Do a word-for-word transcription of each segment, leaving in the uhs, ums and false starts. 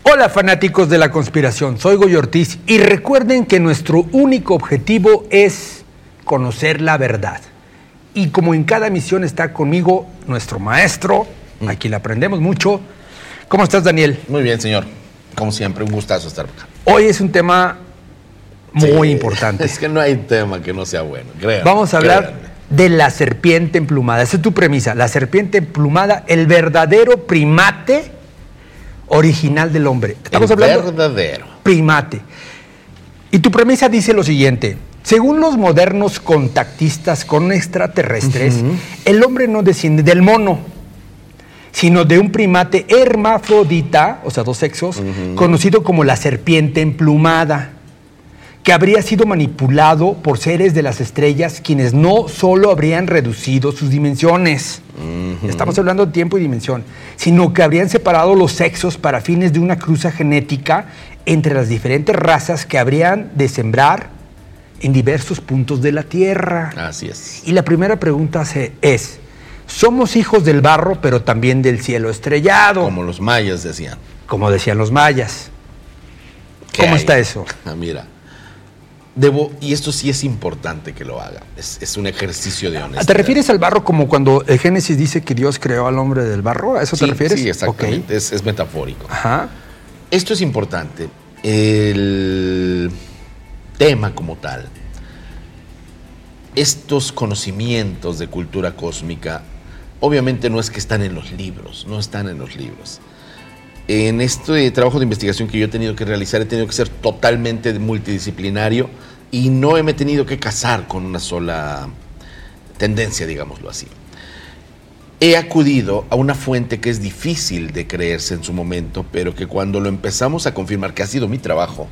Hola fanáticos de la conspiración, soy Goyo Ortiz y recuerden que nuestro único objetivo es conocer la verdad. Y como en cada misión está conmigo nuestro maestro, mm. aquí le aprendemos mucho. ¿Cómo estás, Daniel? Muy bien, señor. Como siempre, un gustazo estar acá. Hoy es un tema muy sí, importante. Es que no hay tema que no sea bueno, créanme. Vamos a hablar créanme. de la serpiente emplumada. Esa es tu premisa, la serpiente emplumada, el verdadero primate original del hombre. Estamos el hablando verdadero primate. Y tu premisa dice lo siguiente: según los modernos contactistas con extraterrestres, uh-huh. el hombre no desciende del mono, sino de un primate hermafrodita, o sea, dos sexos, uh-huh. conocido como la serpiente emplumada, que habría sido manipulado por seres de las estrellas, quienes no solo habrían reducido sus dimensiones, uh-huh. estamos hablando de tiempo y dimensión, sino que habrían separado los sexos para fines de una cruza genética entre las diferentes razas que habrían de sembrar en diversos puntos de la Tierra. Así es. Y la primera pregunta es, ¿somos hijos del barro, pero también del cielo estrellado? Como los mayas decían. Como decían los mayas. ¿Cómo hay? está eso? Ah, mira. Debo, y esto sí es importante que lo haga, es, es un ejercicio de honestidad. ¿Te refieres al barro como cuando el Génesis dice que Dios creó al hombre del barro? ¿A eso sí, te refieres? Sí, exactamente, okay. es, es metafórico. Ajá. Esto es importante. El tema como tal, estos conocimientos de cultura cósmica, obviamente no es que están en los libros, no están en los libros. En este trabajo de investigación que yo he tenido que realizar, he tenido que ser totalmente multidisciplinario y no me he tenido que casar con una sola tendencia, digámoslo así. He acudido a una fuente que es difícil de creerse en su momento, pero que cuando lo empezamos a confirmar, que ha sido mi trabajo,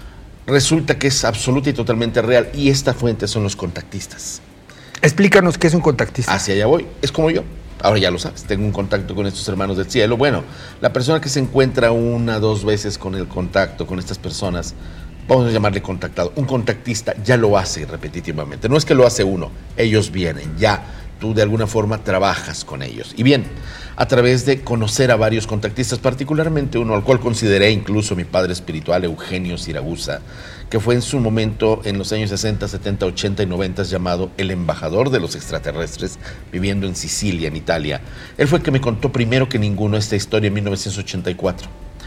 resulta que es absoluta y totalmente real, y esta fuente son los contactistas. Explícanos qué es un contactista. Hacia allá voy, es como yo. Ahora ya lo sabes, tengo un contacto con estos hermanos del cielo. Bueno, la persona que se encuentra una, dos veces con el contacto, con estas personas, vamos a llamarle contactado. Un contactista ya lo hace repetitivamente. No es que lo hace uno, ellos vienen, ya. Tú de alguna forma trabajas con ellos. Y bien, a través de conocer a varios contactistas, particularmente uno al cual consideré incluso mi padre espiritual, Eugenio Siragusa, que fue en su momento, en los años sesenta, setenta, ochenta y noventa, llamado el embajador de los extraterrestres, viviendo en Sicilia, en Italia. Él fue el que me contó primero que ninguno esta historia en mil novecientos ochenta y cuatro.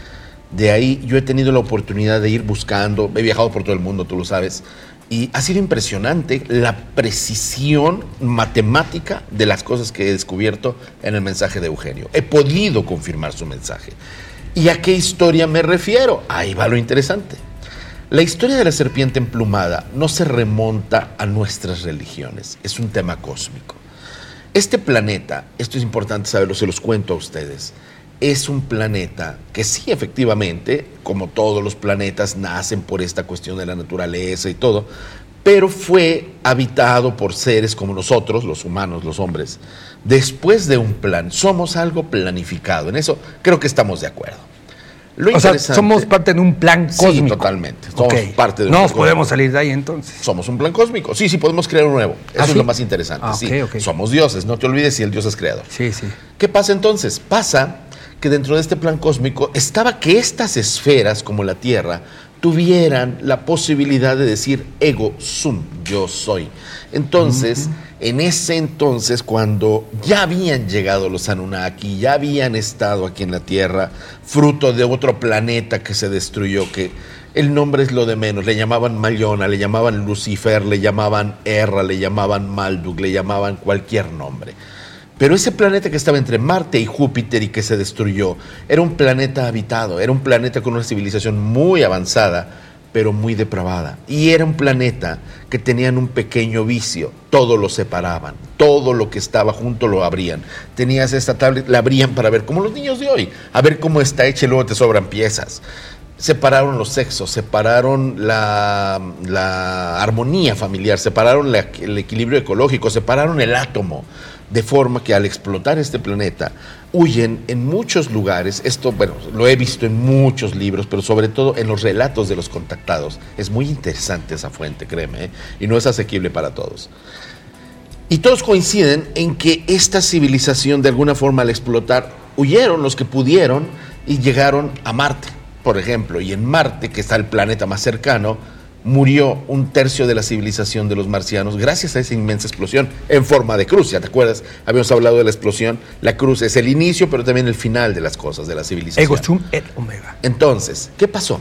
De ahí yo he tenido la oportunidad de ir buscando, he viajado por todo el mundo, tú lo sabes, y ha sido impresionante la precisión matemática de las cosas que he descubierto en el mensaje de Eugenio. He podido confirmar su mensaje. ¿Y a qué historia me refiero? Ahí va lo interesante. La historia de la serpiente emplumada no se remonta a nuestras religiones, es un tema cósmico. Este planeta, esto es importante saberlo, se los cuento a ustedes, es un planeta que sí, efectivamente, como todos los planetas, nacen por esta cuestión de la naturaleza y todo, pero fue habitado por seres como nosotros, los humanos, los hombres, después de un plan. Somos algo planificado, en eso creo que estamos de acuerdo. Lo o sea, somos parte de un plan cósmico. Sí, totalmente. Somos okay. parte de un no plan nos podemos cósmico. salir de ahí entonces. Somos un plan cósmico. Sí, sí, podemos crear un nuevo. Eso ¿Ah, es sí? lo más interesante. Ah, sí, okay, okay. Somos dioses, no te olvides si el Dios es creador. Sí, sí. ¿Qué pasa entonces? Pasa que dentro de este plan cósmico estaba que estas esferas, como la Tierra, tuvieran la posibilidad de decir ego sum, yo soy. Entonces, uh-huh. en ese entonces, cuando ya habían llegado los Anunnaki, ya habían estado aquí en la Tierra, fruto de otro planeta que se destruyó, que el nombre es lo de menos, le llamaban Mayona, le llamaban Lucifer, le llamaban Erra, le llamaban Malduk, le llamaban cualquier nombre. Pero ese planeta que estaba entre Marte y Júpiter y que se destruyó, era un planeta habitado, era un planeta con una civilización muy avanzada, pero muy depravada. Y era un planeta que tenían un pequeño vicio, todo lo separaban, todo lo que estaba junto lo abrían. Tenías esta tablet, la abrían para ver, como los niños de hoy, a ver cómo está hecha y luego te sobran piezas. Separaron los sexos, separaron la, la armonía familiar, separaron la, el equilibrio ecológico, separaron el átomo. De forma que al explotar este planeta, huyen en muchos lugares. Esto, bueno, lo he visto en muchos libros, pero sobre todo en los relatos de los contactados. Es muy interesante esa fuente, créeme, ¿eh? Y no es asequible para todos. Y todos coinciden en que esta civilización, de alguna forma, al explotar, huyeron los que pudieron y llegaron a Marte. por ejemplo, y en Marte, que está el planeta más cercano, murió un tercio de la civilización de los marcianos gracias a esa inmensa explosión en forma de cruz. ¿Ya te acuerdas? Habíamos hablado de la explosión. La cruz es el inicio, pero también el final de las cosas, de la civilización. Ego sum et omega. Entonces, ¿qué pasó?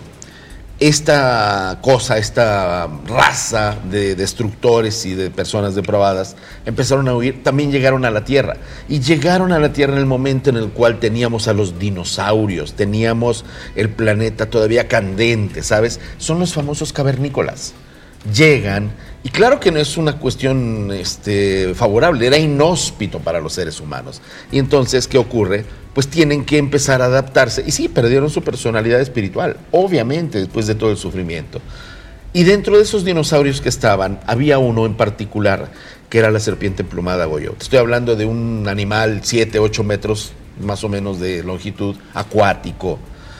Esta cosa, esta raza de destructores y de personas depravadas empezaron a huir, también llegaron a la Tierra. Y llegaron a la Tierra en el momento en el cual teníamos a los dinosaurios, teníamos el planeta todavía candente, ¿sabes? Son los famosos cavernícolas. Llegan, y claro que no es una cuestión este, favorable, era inhóspito para los seres humanos. Y entonces, ¿qué ocurre? Pues tienen que empezar a adaptarse. Y sí, perdieron su personalidad espiritual, obviamente, después de todo el sufrimiento. Y dentro de esos dinosaurios que estaban, había uno en particular, que era la serpiente emplumada, Goyo. Te estoy hablando de un animal siete, ocho metros más o menos de longitud, acuático,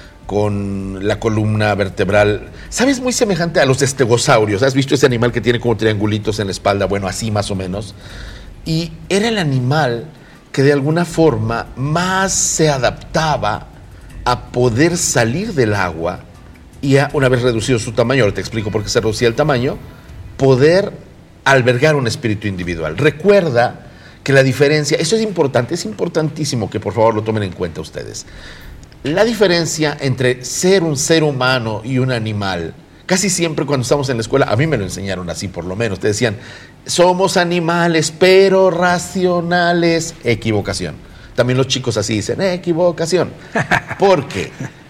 con la columna vertebral, ¿sabes? Muy semejante a los estegosaurios. ¿Has visto ese animal que tiene como triangulitos en la espalda? Bueno, así más o menos. Y era el animal que de alguna forma más se adaptaba a poder salir del agua y a, una vez reducido su tamaño, ahora te explico por qué se reducía el tamaño, poder albergar un espíritu individual. Recuerda que la diferencia, eso es importante, es importantísimo que por favor lo tomen en cuenta ustedes. La diferencia entre ser un ser humano y un animal, casi siempre cuando estamos en la escuela, a mí me lo enseñaron así por lo menos, te decían, somos animales pero racionales, equivocación. También los chicos así dicen, equivocación, porque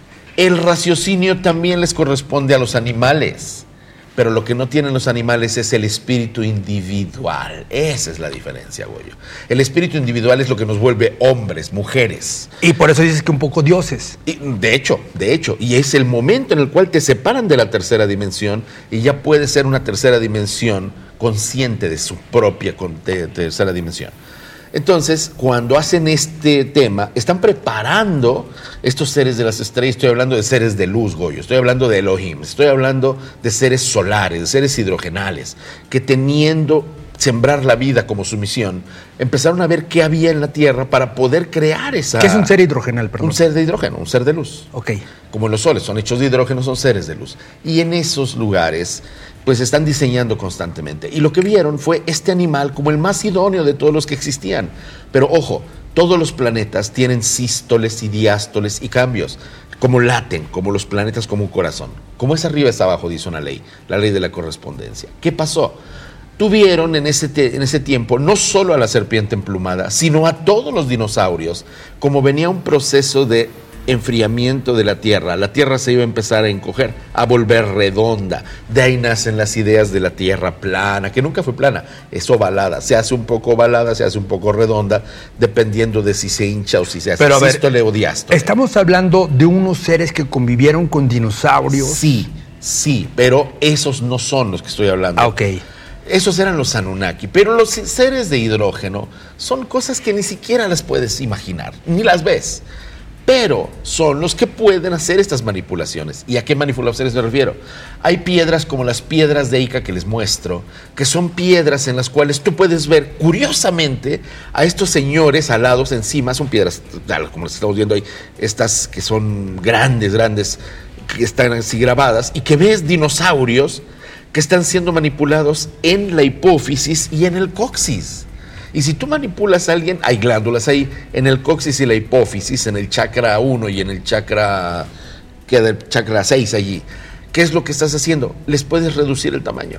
el raciocinio también les corresponde a los animales. Pero lo que no tienen los animales es el espíritu individual. Esa es la diferencia, Goyo. El espíritu individual es lo que nos vuelve hombres, mujeres. Y por eso dices que un poco dioses. Y de hecho, de hecho, y es el momento en el cual te separan de la tercera dimensión y ya puede ser una tercera dimensión consciente de su propia tercera dimensión. Entonces, cuando hacen este tema, están preparando estos seres de las estrellas. Estoy hablando de seres de luz, Goyo. Estoy hablando de Elohim. Estoy hablando de seres solares, de seres hidrogenales, que teniendo sembrar la vida como su misión, empezaron a ver qué había en la Tierra para poder crear esa... ¿Qué es un ser hidrogenal, perdón? Un ser de hidrógeno, un ser de luz. Ok. Como los soles, son hechos de hidrógeno, son seres de luz. Y en esos lugares, pues están diseñando constantemente. Y lo que vieron fue este animal como el más idóneo de todos los que existían. Pero ojo, todos los planetas tienen sístoles y diástoles y cambios, como laten, como los planetas, como un corazón. Como es arriba es abajo, dice una ley, la ley de la correspondencia. ¿Qué pasó? Tuvieron en ese, te, en ese tiempo no solo a la serpiente emplumada, sino a todos los dinosaurios, como venía un proceso de enfriamiento de la Tierra. La Tierra se iba a empezar a encoger, a volver redonda. De ahí nacen las ideas de la Tierra plana, que nunca fue plana, es ovalada. Se hace un poco ovalada, se hace un poco redonda, dependiendo de si se hincha o si se hace Pero, sístole o diástole. Estamos hablando de unos seres que convivieron con dinosaurios. Sí, sí, pero esos no son los que estoy hablando. Ah, ok. Esos eran los Anunnaki, pero los seres de hidrógeno son cosas que ni siquiera las puedes imaginar, ni las ves. Pero son los que pueden hacer estas manipulaciones. ¿Y a qué manipulaciones me refiero? Hay piedras como las piedras de Ica que les muestro, que son piedras en las cuales tú puedes ver, curiosamente, a estos señores alados encima. Son piedras, como las estamos viendo ahí, estas que son grandes, grandes, que están así grabadas, y que ves dinosaurios que están siendo manipulados en la hipófisis y en el coxis. Y si tú manipulas a alguien, hay glándulas ahí, en el coxis y la hipófisis, en el chakra uno y en el chakra, queda el chakra seis allí. ¿Qué es lo que estás haciendo? Les puedes reducir el tamaño.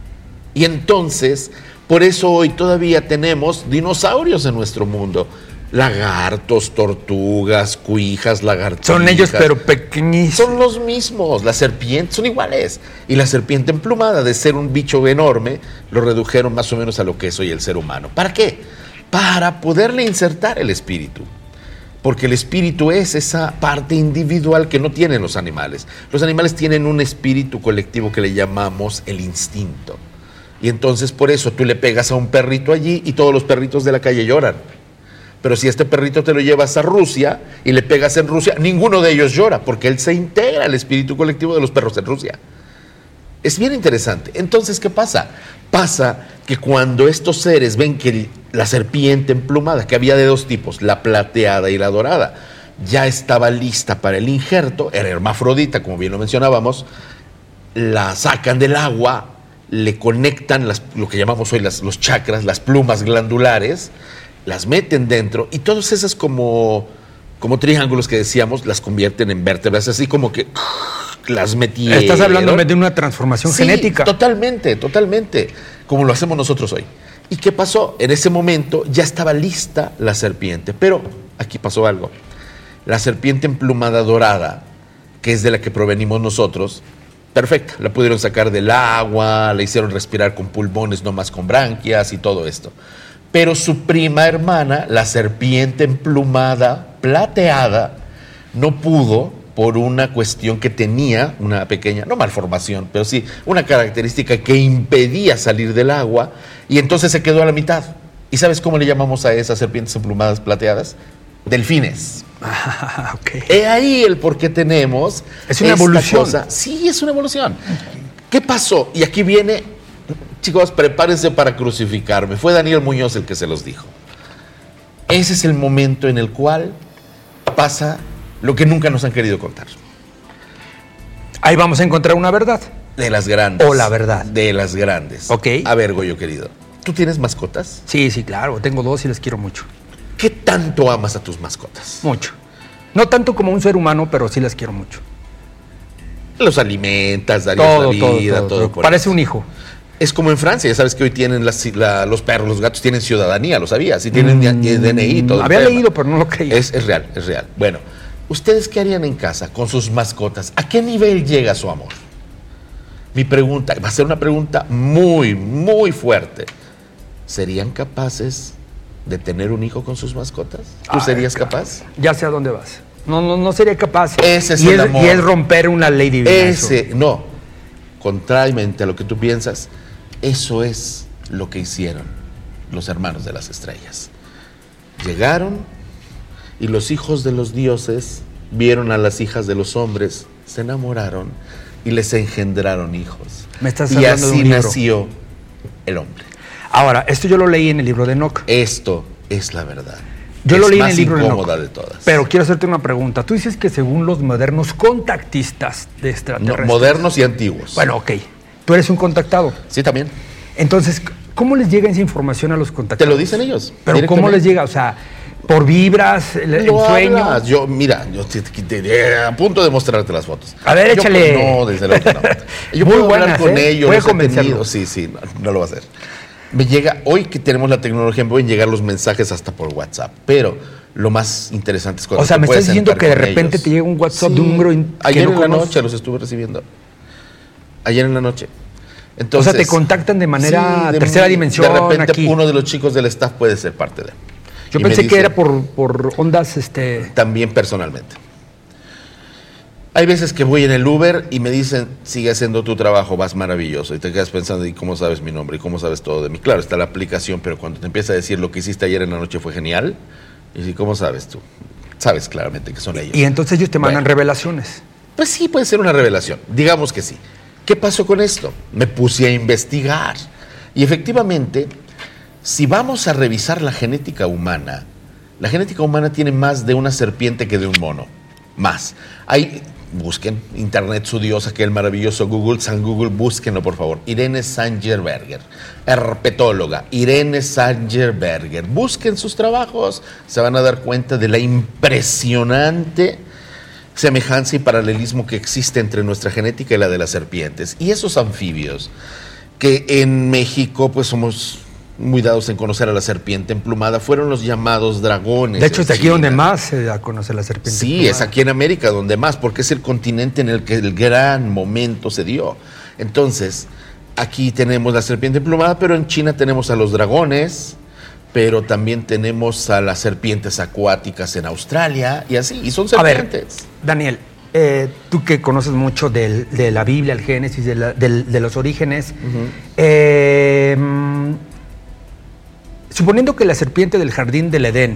Y entonces, por eso hoy todavía tenemos dinosaurios en nuestro mundo. Lagartos, tortugas, cuijas, lagartijas. Son ellos, pero pequeñísimos. Son los mismos. Las serpientes son iguales. Y la serpiente emplumada, de ser un bicho enorme, lo redujeron más o menos a lo que es hoy el ser humano. ¿Para qué? Para poderle insertar el espíritu. Porque el espíritu es esa parte individual que no tienen los animales. Los animales tienen un espíritu colectivo que le llamamos el instinto. Y entonces por eso tú le pegas a un perrito allí y todos los perritos de la calle lloran. Pero si este perrito te lo llevas a Rusia y le pegas en Rusia, ninguno de ellos llora, porque él se integra al espíritu colectivo de los perros en Rusia. Es bien interesante. Entonces, ¿qué pasa? Pasa que cuando estos seres ven que la serpiente emplumada, que había de dos tipos, la plateada y la dorada, ya estaba lista para el injerto, era hermafrodita, como bien lo mencionábamos, la sacan del agua, le conectan las, lo que llamamos hoy las, los chakras, las plumas glandulares, las meten dentro y todas esas como, como triángulos que decíamos las convierten en vértebras, así como que las metieron. Estás hablando de una transformación sí, genética. Totalmente, totalmente, como lo hacemos nosotros hoy. ¿Y qué pasó? En ese momento ya estaba lista la serpiente, pero aquí pasó algo. La serpiente emplumada dorada, que es de la que provenimos nosotros, perfecta, la pudieron sacar del agua, la hicieron respirar con pulmones, no más con branquias y todo esto. Pero su prima hermana, la serpiente emplumada, plateada, no pudo por una cuestión que tenía, una pequeña, no malformación, pero sí una característica que impedía salir del agua y entonces se quedó a la mitad. ¿Y sabes cómo le llamamos a esas serpientes emplumadas plateadas? Delfines. Ah, ok. He ahí el por qué tenemos es una esta evolución. cosa. Sí, es una evolución. ¿Qué pasó? Y aquí viene, chicos, prepárense para crucificarme. Fue Daniel Muñoz el que se los dijo. Ese es el momento en el cual pasa lo que nunca nos han querido contar. Ahí vamos a encontrar una verdad. De las grandes. O la verdad. De las grandes. Ok. A ver, Goyo querido, ¿tú tienes mascotas? Sí, sí, claro. Tengo dos y les quiero mucho. ¿Qué tanto amas a tus mascotas? Mucho. No tanto como un ser humano, pero sí las quiero mucho. Los alimentas, darías Todo, la todo, vida, todo. todo. todo. por Parece eso. un hijo. Es como en Francia, ya sabes que hoy tienen las, la, los perros, los gatos tienen ciudadanía, ¿lo sabías? Sí tienen Mm, D N I y todo. el Había tema. leído, pero no lo creía. Es, es real, es real. Bueno, ¿ustedes qué harían en casa con sus mascotas? ¿A qué nivel llega su amor? Mi pregunta, va a ser una pregunta muy, muy fuerte. ¿Serían capaces de tener un hijo con sus mascotas? ¿Tú Ay, serías cara. capaz? Ya sé a dónde vas. No, no, no sería capaz. Ese es y el es, amor. Y es romper una ley divina. Ese, eso. no. Contrariamente a lo que tú piensas, eso es lo que hicieron los hermanos de las estrellas. Llegaron y los hijos de los dioses vieron a las hijas de los hombres, se enamoraron y les engendraron hijos. Me estás y hablando de así un libro. nació el hombre. Ahora, esto yo lo leí en el libro de Enoch. Esto es la verdad. Yo es lo leí en más el libro de incómoda Enoch. de todas. Pero quiero hacerte una pregunta. Tú dices que según los modernos contactistas de No, extraterrestres. modernos y antiguos. Bueno, ok. Tú eres un contactado. Sí, también. Entonces, ¿cómo les llega esa información a los Te contactados? lo dicen ellos. Pero ¿cómo les llega? O sea, por vibras, el, el Lo sueño. hablas. Yo, mira, yo te, te- te- a punto de mostrarte las fotos. A ver, Yo, échale. pues, no, desde luego que no. Yo Muy puedo buenas, hablar con ¿eh? ellos, Voy a los he convencerlo. tenido. Sí, sí, no, no lo va a hacer. Me llega, hoy que tenemos la tecnología, me pueden llegar los mensajes hasta por WhatsApp, pero lo más interesante es cuando O sea, te me puedes estás diciendo sentar que de con repente ellos. te llega un WhatsApp Sí. de un número in- que Ayer no en la conoces. noche los estuve recibiendo. Ayer en la noche. O Entonces, sea, te contactan de manera sí, de- tercera dimensión De repente aquí. uno de los chicos del staff puede ser parte de. Yo Y me pensé que dice- era por, por ondas, este... También personalmente. Hay veces que voy en el Uber y me dicen, sigue haciendo tu trabajo, vas maravilloso. Y te quedas pensando, ¿y cómo sabes mi nombre? ¿Y cómo sabes todo de mí? Claro, está la aplicación, pero cuando te empieza a decir lo que hiciste ayer en la noche fue genial, y si, ¿cómo sabes tú? Sabes claramente que son ellos. Y entonces ellos te mandan Bueno. revelaciones. Pues sí, puede ser una revelación. Digamos que sí. ¿Qué pasó con esto? Me puse a investigar. Y efectivamente, si vamos a revisar la genética humana, la genética humana tiene más de una serpiente que de un mono. Más. Hay, busquen, internet su diosa, que el maravilloso Google, San Google, búsquenlo por favor. Irene Sangerberger, herpetóloga. Irene Sangerberger. Busquen sus trabajos. Se van a dar cuenta de la impresionante semejanza y paralelismo que existe entre nuestra genética y la de las serpientes. Y esos anfibios, que en México pues somos muy dados en conocer a la serpiente emplumada, fueron los llamados dragones. De hecho, es en aquí donde China. más se da a conocer la serpiente. Sí, emplumada. es aquí en América donde más, porque es el continente en el que el gran momento se dio. Entonces, aquí tenemos la serpiente emplumada, pero en China tenemos a los dragones, pero también tenemos a las serpientes acuáticas en Australia y así, y son A ver, serpientes. Daniel, eh, tú que conoces mucho del- de la Biblia, el Génesis, de, la- del- de los orígenes, eh, mm, suponiendo que la serpiente del jardín del Edén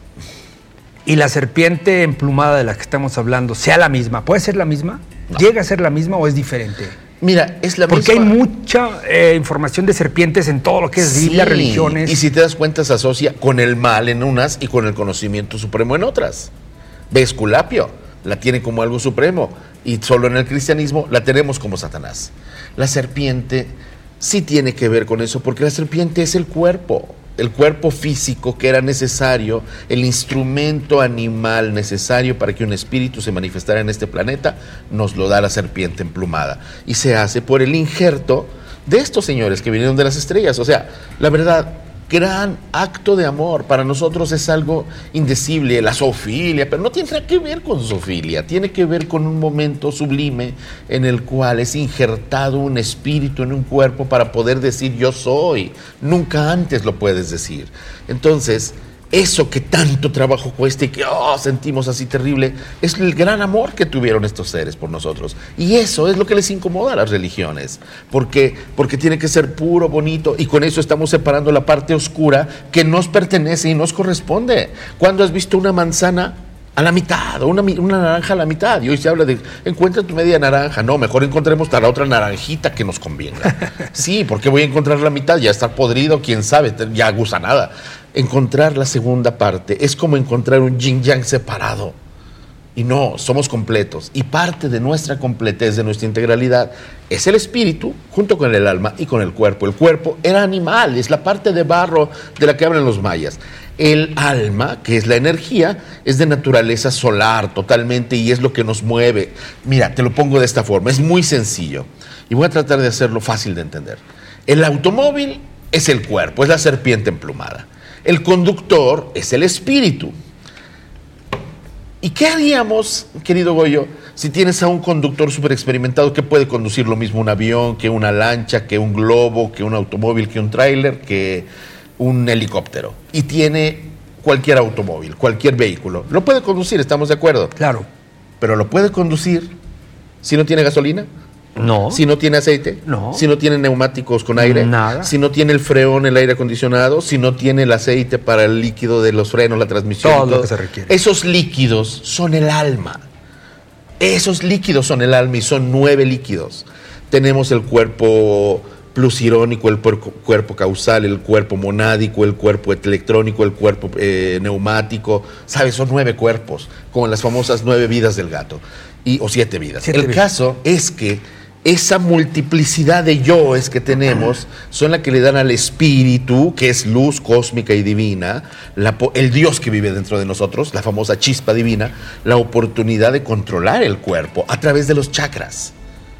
y la serpiente emplumada de la que estamos hablando sea la misma, ¿puede ser la misma? No. ¿Llega a ser la misma o es diferente? Mira, es la Porque misma. hay mucha eh, información de serpientes en todo lo que es Biblia, Sí, religiones. Y si te das cuenta, se asocia con el mal en unas y con el conocimiento supremo en otras. ve Esculapio, la tiene como algo supremo, y solo en el cristianismo la tenemos como Satanás. La serpiente sí tiene que ver con eso, porque la serpiente es el cuerpo, el cuerpo físico que era necesario, el instrumento animal necesario para que un espíritu se manifestara en este planeta, nos lo da la serpiente emplumada. Y se hace por el injerto de estos señores que vinieron de las estrellas. O sea, la verdad, gran acto de amor. Para nosotros es algo indecible, la zoofilia, pero no tiene nada que ver con zoofilia, tiene que ver con un momento sublime en el cual es injertado un espíritu en un cuerpo para poder decir yo soy. Nunca antes lo puedes decir. Entonces, eso que tanto trabajo cuesta y que oh, sentimos así terrible, es el gran amor que tuvieron estos seres por nosotros. Y eso es lo que les incomoda a las religiones. Porque, porque tiene que ser puro, bonito, y con eso estamos separando la parte oscura que nos pertenece y nos corresponde. ¿Cuándo has visto una manzana a la mitad o una, una naranja a la mitad? Y hoy se habla de, encuentra tu media naranja. No, mejor encontremos la otra naranjita que nos convenga. Sí, porque voy a encontrar la mitad, ya está podrido, quién sabe, ya gusta nada. Encontrar la segunda parte es como encontrar un yin yang separado. Y no, somos completos. Y parte de nuestra completez, de nuestra integralidad, es el espíritu junto con el alma y con el cuerpo. El cuerpo era animal, es la parte de barro de la que hablan los mayas. El alma, que es la energía, es de naturaleza solar totalmente y es lo que nos mueve. Mira, te lo pongo de esta forma, es muy sencillo. Y voy a tratar de hacerlo fácil de entender. El automóvil es el cuerpo, es la serpiente emplumada. El conductor es el espíritu. ¿Y qué haríamos, querido Goyo, si tienes a un conductor súper experimentado que puede conducir lo mismo un avión, que una lancha, que un globo, que un automóvil, que un tráiler, que un helicóptero? Y tiene cualquier automóvil, cualquier vehículo. Lo puede conducir, ¿estamos de acuerdo? Claro. Pero ¿lo puede conducir si no tiene gasolina? No. Si no tiene aceite, no. Si no tiene neumáticos con aire, nada. Si no tiene el freón, el aire acondicionado, si no tiene el aceite para el líquido de los frenos, la transmisión, todo, todo lo que se requiere. Esos líquidos son el alma. Esos líquidos son el alma y son nueve líquidos. Tenemos el cuerpo plusirónico, el puerco, cuerpo causal, el cuerpo monádico, el cuerpo electrónico, el cuerpo eh, neumático. ¿Sabes? Son nueve cuerpos, como las famosas nueve vidas del gato, y, o siete vidas. Siete el vidas. caso es que esa multiplicidad de yoes que tenemos son la que le dan al espíritu, que es luz cósmica y divina, la, el Dios que vive dentro de nosotros, la famosa chispa divina, la oportunidad de controlar el cuerpo a través de los chakras.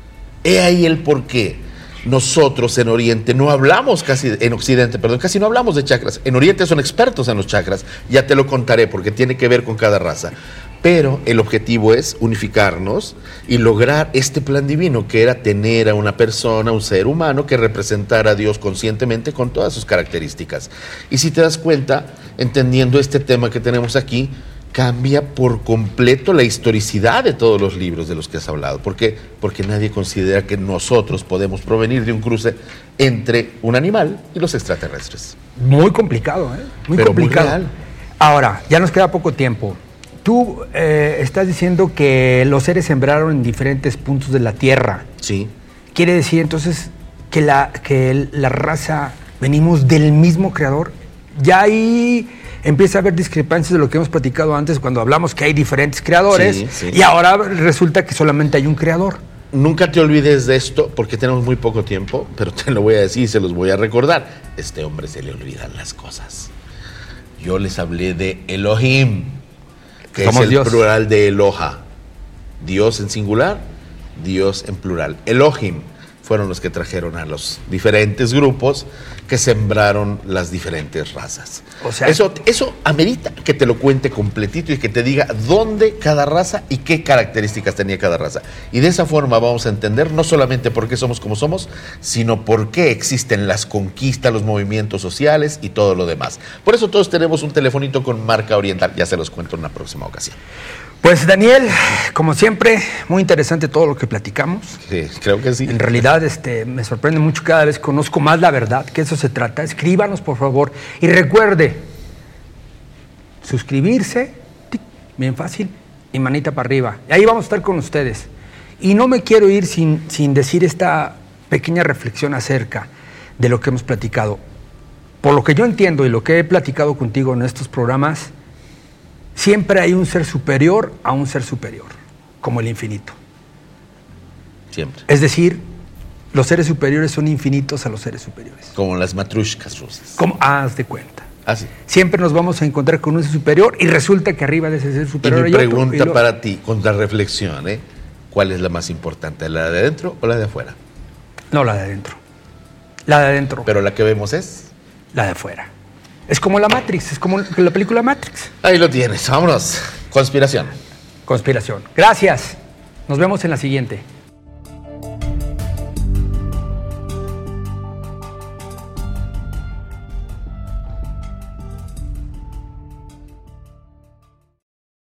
He ahí el porqué. Nosotros en Oriente no hablamos casi, en Occidente, perdón, casi no hablamos de chakras. En Oriente son expertos en los chakras, ya te lo contaré porque tiene que ver con cada raza. Pero el objetivo es unificarnos y lograr este plan divino, que era tener a una persona, un ser humano, que representara a Dios conscientemente con todas sus características. Y si te das cuenta, entendiendo este tema que tenemos aquí, cambia por completo la historicidad de todos los libros de los que has hablado. ¿Por qué? Porque nadie considera que nosotros podemos provenir de un cruce entre un animal y los extraterrestres. Muy complicado, ¿eh? Muy Pero complicado. muy real. Ahora, ya nos queda poco tiempo. Tú eh, estás diciendo que los seres sembraron en diferentes puntos de la Tierra. Sí. ¿Quiere decir entonces que la, que la raza venimos del mismo creador? Ya ahí empieza a haber discrepancias de lo que hemos platicado antes cuando hablamos que hay diferentes creadores, sí, sí. Y ahora resulta que solamente hay un creador. Nunca te olvides de esto porque tenemos muy poco tiempo, pero te lo voy a decir y se los voy a recordar. Este hombre se le olvidan las cosas. Yo les hablé de Elohim, que Somos es el Dios. plural de Eloha. Dios en singular, Dios en plural. Elohim fueron los que trajeron a los diferentes grupos que sembraron las diferentes razas. O sea, eso, eso amerita que te lo cuente completito y que te diga dónde cada raza y qué características tenía cada raza. Y de esa forma vamos a entender no solamente por qué somos como somos, sino por qué existen las conquistas, los movimientos sociales y todo lo demás. Por eso todos tenemos un telefonito con marca oriental. Ya se los cuento en una próxima ocasión. Pues Daniel, como siempre, muy interesante todo lo que platicamos. Sí, creo que sí. En realidad este, me sorprende mucho, cada vez conozco más la verdad, que eso se trata. Escríbanos, por favor, y recuerde, suscribirse, tic, bien fácil, y manita para arriba. Y ahí vamos a estar con ustedes. Y no me quiero ir sin, sin decir esta pequeña reflexión acerca de lo que hemos platicado. Por lo que yo entiendo y lo que he platicado contigo en estos programas, siempre hay un ser superior a un ser superior, como el infinito. Siempre. Es decir, los seres superiores son infinitos a los seres superiores. Como las matrushkas rusas. Como haz de cuenta. Ah, sí. Siempre nos vamos a encontrar con un ser superior y resulta que arriba de ese ser Y superior mi hay otro. pregunta y lo- para ti, con la reflexión, ¿eh? ¿Cuál es la más importante? ¿La de adentro o la de afuera? No, la de adentro. La de adentro. Pero la que vemos es... La de afuera. Es como la Matrix, es como la película Matrix. Ahí lo tienes, vámonos. Conspiración. Conspiración. Gracias. Nos vemos en la siguiente.